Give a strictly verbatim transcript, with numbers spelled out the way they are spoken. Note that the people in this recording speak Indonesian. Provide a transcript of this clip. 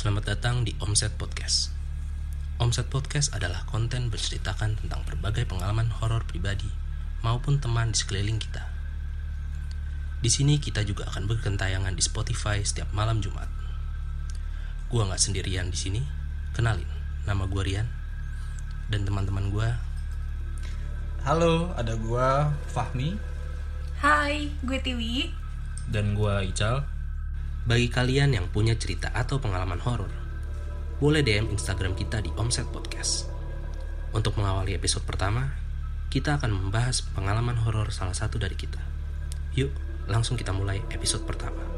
Selamat datang di Omset Podcast. Omset Podcast adalah konten berceritakan tentang berbagai pengalaman horor pribadi maupun teman di sekeliling kita. Di sini kita juga akan bergentayangan di Spotify setiap malam Jumat. Gua nggak sendirian di sini. Kenalin, nama gua Rian dan teman-teman gua. Halo, ada gua Fahmi. Hai, gue Tiwi. Dan gua Ical. Bagi kalian yang punya cerita atau pengalaman horor, boleh D M Instagram kita di Omset Podcast. Untuk mengawali episode pertama, kita akan membahas pengalaman horor salah satu dari kita. Yuk, langsung kita mulai episode pertama.